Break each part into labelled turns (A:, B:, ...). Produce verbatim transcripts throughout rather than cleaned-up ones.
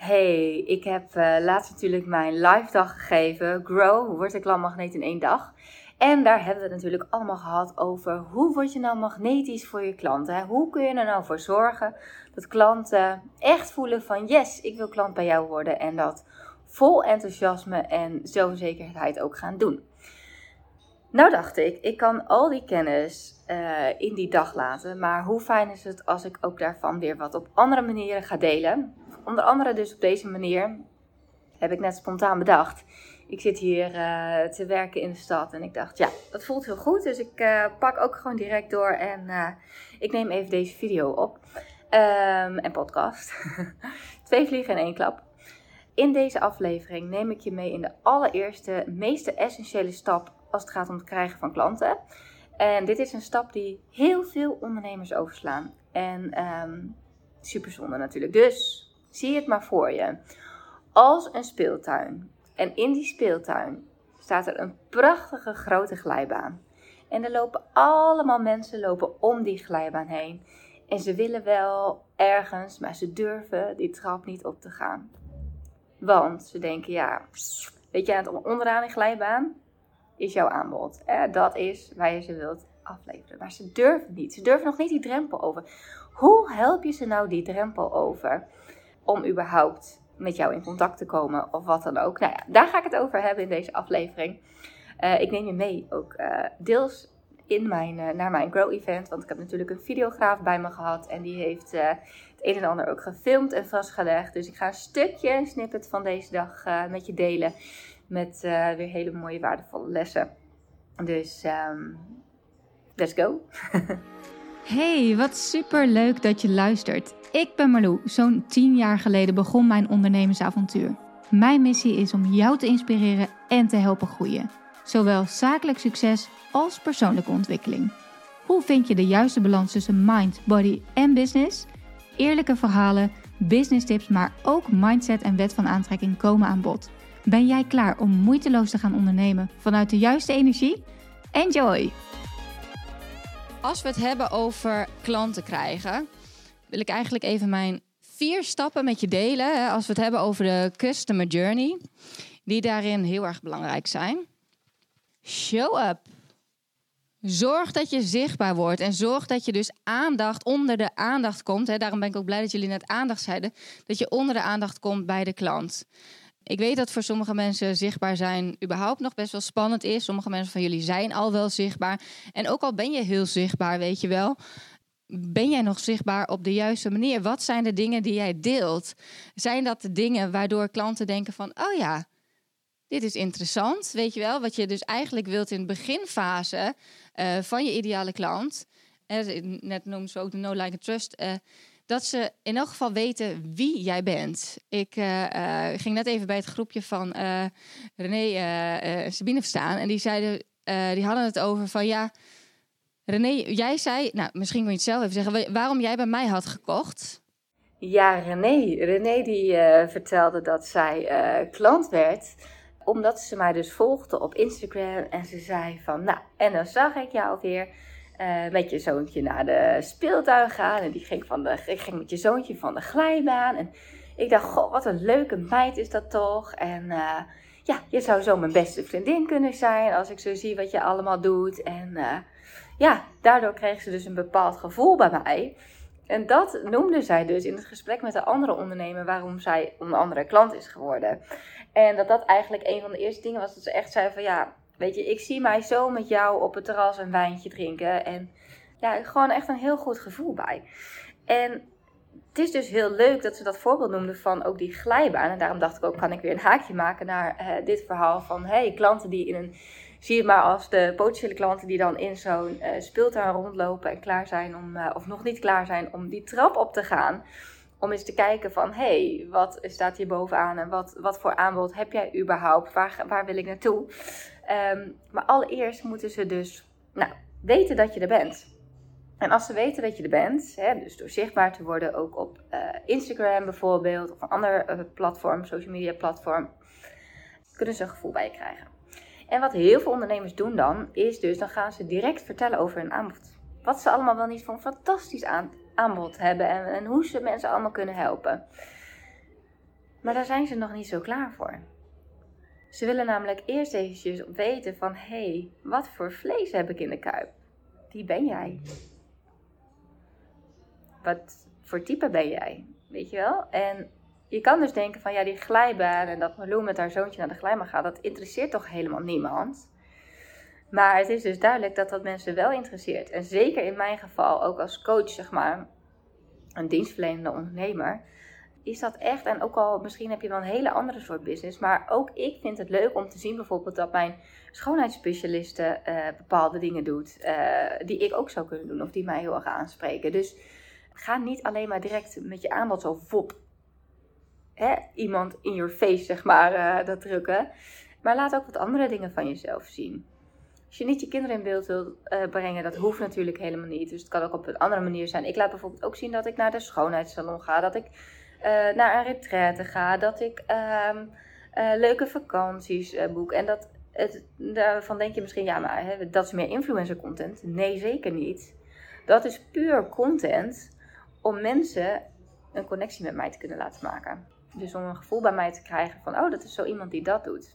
A: Hey, ik heb uh, laatst natuurlijk mijn live dag gegeven. Grow, hoe word ik klantmagneet in één dag? En daar hebben we het natuurlijk allemaal gehad over hoe word je nou magnetisch voor je klanten? Hè? Hoe kun je er nou voor zorgen dat klanten echt voelen van yes, ik wil klant bij jou worden. En dat vol enthousiasme en zelfverzekerdheid ook gaan doen. Nou dacht ik, ik kan al die kennis uh, in die dag laten. Maar hoe fijn is het als ik ook daarvan weer wat op andere manieren ga delen. Onder andere dus op deze manier heb ik net spontaan bedacht. Ik zit hier uh, te werken in de stad en ik dacht, ja, dat voelt heel goed. Dus ik uh, pak ook gewoon direct door en uh, ik neem even deze video op. Um, en podcast. Twee vliegen in één klap. In deze aflevering neem ik je mee in de allereerste, meeste essentiële stap als het gaat om het krijgen van klanten. En dit is een stap die heel veel ondernemers overslaan. En um, super zonde natuurlijk. Dus zie het maar voor je. Als een speeltuin. En in die speeltuin staat er een prachtige grote glijbaan. En er lopen allemaal mensen lopen om die glijbaan heen. En ze willen wel ergens, maar ze durven die trap niet op te gaan. Want ze denken, ja, weet je, aan het onderaan die glijbaan is jouw aanbod. Eh, dat is waar je ze wilt afleveren. Maar ze durven niet. Ze durven nog niet die drempel over. Hoe help je ze nou die drempel over om überhaupt met jou in contact te komen of wat dan ook? Nou ja, daar ga ik het over hebben in deze aflevering. Uh, ik neem je mee ook uh, deels in mijn, uh, naar mijn Grow event. Want ik heb natuurlijk een videograaf bij me gehad. En die heeft uh, het een en ander ook gefilmd en vastgelegd. Dus ik ga een stukje, een snippet van deze dag uh, met je delen. Met uh, weer hele mooie waardevolle lessen. Dus um, let's go.
B: Hey, wat super leuk dat je luistert. Ik ben Marlou. Zo'n tien jaar geleden begon mijn ondernemersavontuur. Mijn missie is om jou te inspireren en te helpen groeien. Zowel zakelijk succes als persoonlijke ontwikkeling. Hoe vind je de juiste balans tussen mind, body en business? Eerlijke verhalen, business tips, maar ook mindset en wet van aantrekking komen aan bod. Ben jij klaar om moeiteloos te gaan ondernemen vanuit de juiste energie? Enjoy! Als we het hebben over klanten krijgen, wil ik eigenlijk even mijn vier stappen met je delen. Als we het hebben over de customer journey, die daarin heel erg belangrijk zijn. Show up. Zorg dat je zichtbaar wordt en zorg dat je dus aandacht onder de aandacht komt. Hè. Daarom ben ik ook blij dat jullie net aandacht zeiden. Dat je onder de aandacht komt bij de klant. Ik weet dat voor sommige mensen zichtbaar zijn überhaupt nog best wel spannend is. Sommige mensen van jullie zijn al wel zichtbaar. En ook al ben je heel zichtbaar, weet je wel, ben jij nog zichtbaar op de juiste manier? Wat zijn de dingen die jij deelt? Zijn dat de dingen waardoor klanten denken van, oh ja, dit is interessant, weet je wel? Wat je dus eigenlijk wilt in de beginfase uh, van je ideale klant. En net noemden ze ook de No Like and Trust. Uh, dat ze in elk geval weten wie jij bent. Ik uh, uh, ging net even bij het groepje van uh, René uh, uh, Sabine staan. En die zeiden, uh, die hadden het over van ja, René, jij zei, nou misschien kun je het zelf even zeggen, waarom jij bij mij had gekocht.
A: Ja, René. René die uh, vertelde dat zij uh, klant werd, omdat ze mij dus volgde op Instagram. En ze zei van, nou, en dan zag ik jou weer uh, met je zoontje naar de speeltuin gaan. En die ging, van de, ik ging met je zoontje van de glijbaan. En ik dacht, goh, wat een leuke meid is dat toch. En uh, ja, je zou zo mijn beste vriendin kunnen zijn als ik zo zie wat je allemaal doet. En uh, ja, daardoor kreeg ze dus een bepaald gevoel bij mij. En dat noemde zij dus in het gesprek met de andere ondernemer waarom zij onder andere klant is geworden. En dat dat eigenlijk een van de eerste dingen was dat ze echt zei van ja, weet je, ik zie mij zo met jou op het terras een wijntje drinken. En ja, gewoon echt een heel goed gevoel bij. En het is dus heel leuk dat ze dat voorbeeld noemde van ook die glijbaan. En daarom dacht ik ook, kan ik weer een haakje maken naar uh, dit verhaal van hey, klanten die in een, zie het maar als de potentiële klanten die dan in zo'n uh, speeltuin rondlopen en klaar zijn om, uh, of nog niet klaar zijn om die trap op te gaan. Om eens te kijken van, hé, hey, wat staat hier bovenaan en wat, wat voor aanbod heb jij überhaupt? Waar, waar wil ik naartoe? Um, maar allereerst moeten ze dus nou, weten dat je er bent. En als ze weten dat je er bent, hè, dus door zichtbaar te worden ook op uh, Instagram bijvoorbeeld, of een ander uh, platform, social media platform, kunnen ze een gevoel bij je krijgen. En wat heel veel ondernemers doen dan, is dus, dan gaan ze direct vertellen over hun aanbod. Wat ze allemaal wel niet voor een fantastisch aan, aanbod hebben en, en hoe ze mensen allemaal kunnen helpen. Maar daar zijn ze nog niet zo klaar voor. Ze willen namelijk eerst eventjes weten van, hé, hey, wat voor vlees heb ik in de kuip? Wie ben jij? Wat voor type ben jij? Weet je wel? En je kan dus denken van, ja, die glijbaan en dat Marlou met haar zoontje naar de glijbaan gaat, dat interesseert toch helemaal niemand? Maar het is dus duidelijk dat dat mensen wel interesseert. En zeker in mijn geval, ook als coach, zeg maar, een dienstverlenende ondernemer, is dat echt, en ook al misschien heb je wel een hele andere soort business, maar ook ik vind het leuk om te zien bijvoorbeeld dat mijn schoonheidsspecialiste uh, bepaalde dingen doet, uh, die ik ook zou kunnen doen of die mij heel erg aanspreken. Dus ga niet alleen maar direct met je aanbod zo vop, hè, iemand in your face, zeg maar, uh, dat drukken. Maar laat ook wat andere dingen van jezelf zien. Als je niet je kinderen in beeld wilt uh, brengen, dat hoeft natuurlijk helemaal niet. Dus het kan ook op een andere manier zijn. Ik laat bijvoorbeeld ook zien dat ik naar de schoonheidssalon ga, dat ik uh, naar een retraite ga, dat ik uh, uh, leuke vakanties uh, boek. En dat het, daarvan denk je misschien, ja, maar hè, dat is meer influencer content. Nee, zeker niet. Dat is puur content om mensen een connectie met mij te kunnen laten maken. Dus om een gevoel bij mij te krijgen van, oh, dat is zo iemand die dat doet.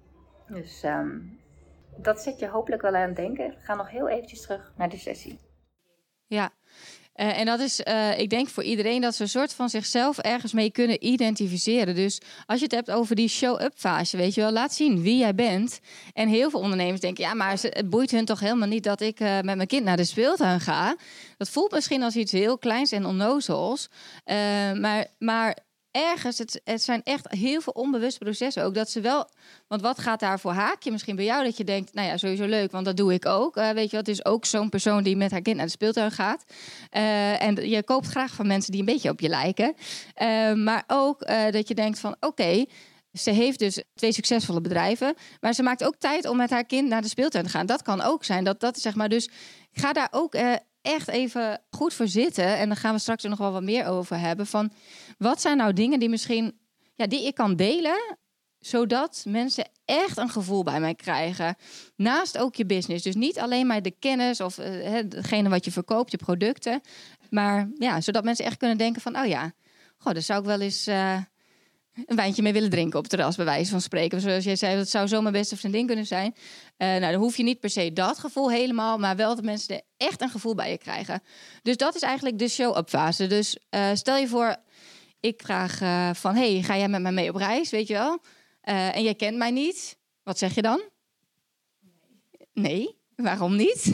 A: Dus um, dat zet je hopelijk wel aan het denken. We gaan nog heel eventjes terug naar de sessie.
C: Ja, uh, en dat is, uh, ik denk voor iedereen dat ze een soort van zichzelf ergens mee kunnen identificeren. Dus als je het hebt over die show-up fase, weet je wel, laat zien wie jij bent. En heel veel ondernemers denken, ja, maar het boeit hun toch helemaal niet dat ik uh, met mijn kind naar de speeltuin ga. Dat voelt misschien als iets heel kleins en onnozels. Uh, maar... maar ergens, het, het zijn echt heel veel onbewuste processen ook. Dat ze wel, want wat gaat daar voor haakje misschien bij jou? Dat je denkt, nou ja, sowieso leuk, want dat doe ik ook. Uh, weet je wat, het is ook zo'n persoon die met haar kind naar de speeltuin gaat. Uh, en je koopt graag van mensen die een beetje op je lijken. Uh, maar ook uh, dat je denkt van, oké, okay, ze heeft dus twee succesvolle bedrijven, maar ze maakt ook tijd om met haar kind naar de speeltuin te gaan. Dat kan ook zijn. Dat, dat zeg maar, dus ga daar ook uh, echt even goed voor zitten. En dan gaan we straks er nog wel wat meer over hebben. Van wat zijn nou dingen die misschien, ja, die ik kan delen, zodat mensen echt een gevoel bij mij krijgen. Naast ook je business. Dus niet alleen maar de kennis of uh, hetgene wat je verkoopt, je producten. Maar ja, zodat mensen echt kunnen denken van, oh ja, goh, daar zou ik wel eens Uh, een wijntje mee willen drinken op het terras, bij wijze van spreken. Zoals jij zei, dat zou zo mijn beste vriendin kunnen zijn. Uh, nou, dan hoef je niet per se dat gevoel helemaal, maar wel dat mensen er echt een gevoel bij je krijgen. Dus dat is eigenlijk de show-up fase. Dus uh, stel je voor, ik vraag uh, van, hey, ga jij met mij mee op reis, weet je wel? Uh, en jij kent mij niet. Wat zeg je dan? Nee. Nee? Waarom niet?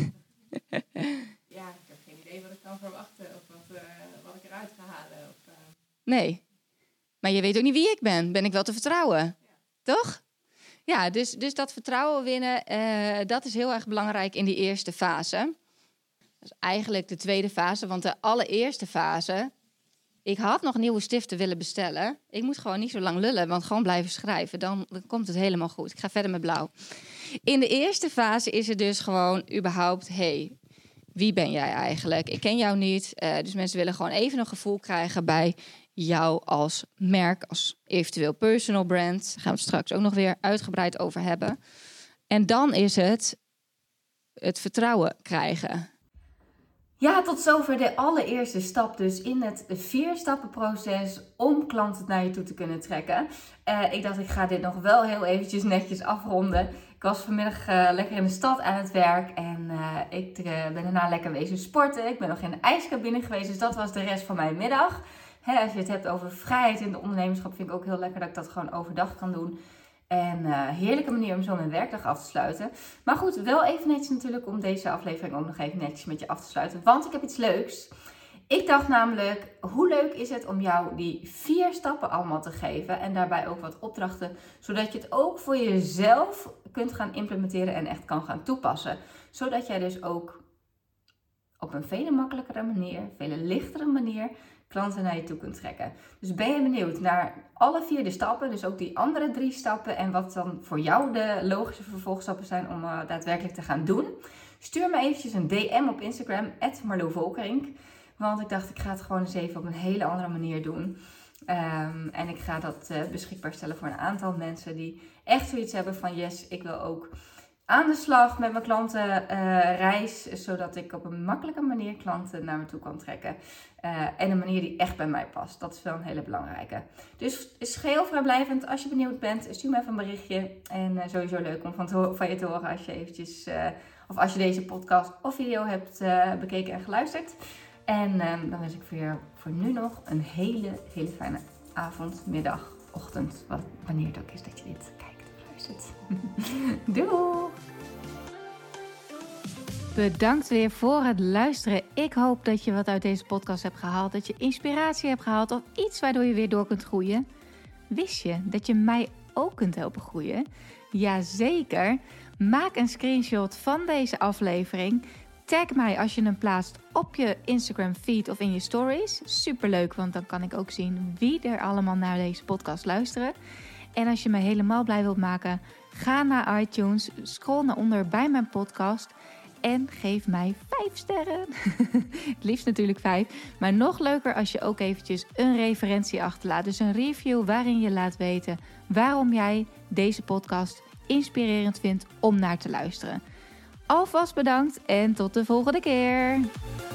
D: Ja, ik heb geen idee wat ik kan verwachten of wat, uh, wat ik eruit ga halen. Of, uh...
C: Nee. Maar je weet ook niet wie ik ben. Ben ik wel te vertrouwen? Ja. Toch? Ja, dus, dus dat vertrouwen winnen, uh, dat is heel erg belangrijk in die eerste fase. Dat is eigenlijk de tweede fase, want de allereerste fase, ik had nog nieuwe stiften willen bestellen. Ik moet gewoon niet zo lang lullen, want gewoon blijven schrijven. Dan, dan komt het helemaal goed. Ik ga verder met blauw. In de eerste fase is het dus gewoon überhaupt, hey, wie ben jij eigenlijk? Ik ken jou niet. Uh, dus mensen willen gewoon even een gevoel krijgen bij jou als merk, als eventueel personal brand. Daar gaan we het straks ook nog weer uitgebreid over hebben. En dan is het het vertrouwen krijgen.
A: Ja, tot zover de allereerste stap dus in het vier-stappenproces om klanten naar je toe te kunnen trekken. Uh, ik dacht, ik ga dit nog wel heel eventjes netjes afronden. Ik was vanmiddag uh, lekker in de stad aan het werk en uh, ik uh, ben daarna lekker wezen sporten. Ik ben nog in de ijscabine geweest, dus dat was de rest van mijn middag. Hè, als je het hebt over vrijheid in de ondernemerschap, vind ik ook heel lekker dat ik dat gewoon overdag kan doen. En uh, heerlijke manier om zo mijn werkdag af te sluiten. Maar goed, wel even netjes natuurlijk om deze aflevering ook nog even netjes met je af te sluiten. Want ik heb iets leuks. Ik dacht namelijk, hoe leuk is het om jou die vier stappen allemaal te geven. En daarbij ook wat opdrachten. Zodat je het ook voor jezelf kunt gaan implementeren en echt kan gaan toepassen. Zodat jij dus ook op een veel makkelijkere manier, veel lichtere manier klanten naar je toe kunt trekken. Dus ben je benieuwd naar alle vier de stappen, dus ook die andere drie stappen en wat dan voor jou de logische vervolgstappen zijn om uh, daadwerkelijk te gaan doen? Stuur me eventjes een D M op Instagram, at Marlou Volkerink. Want ik dacht, ik ga het gewoon eens even op een hele andere manier doen. Um, en ik ga dat uh, beschikbaar stellen voor een aantal mensen die echt zoiets hebben van yes, ik wil ook aan de slag met mijn klantenreis, uh, zodat ik op een makkelijke manier klanten naar me toe kan trekken. Uh, en een manier die echt bij mij past. Dat is wel een hele belangrijke. Dus is geheel vrijblijvend. Als je benieuwd bent, stuur me even een berichtje. En uh, sowieso leuk om van, te, van je te horen als je eventjes, uh, of als je deze podcast of video hebt uh, bekeken en geluisterd. En uh, dan wens ik voor jou voor nu nog een hele, hele fijne avond, middag, ochtend. Wat, wanneer het ook is dat je dit kijkt. Doei!
B: Bedankt weer voor het luisteren. Ik hoop dat je wat uit deze podcast hebt gehaald. Dat je inspiratie hebt gehaald of iets waardoor je weer door kunt groeien. Wist je dat je mij ook kunt helpen groeien? Jazeker! Maak een screenshot van deze aflevering. Tag mij als je hem plaatst op je Instagram feed of in je stories. Superleuk, want dan kan ik ook zien wie er allemaal naar deze podcast luisteren. En als je me helemaal blij wilt maken, ga naar iTunes, scroll naar onder bij mijn podcast en geef mij vijf sterren. Het liefst natuurlijk vijf, maar nog leuker als je ook eventjes een referentie achterlaat. Dus een review waarin je laat weten waarom jij deze podcast inspirerend vindt om naar te luisteren. Alvast bedankt en tot de volgende keer.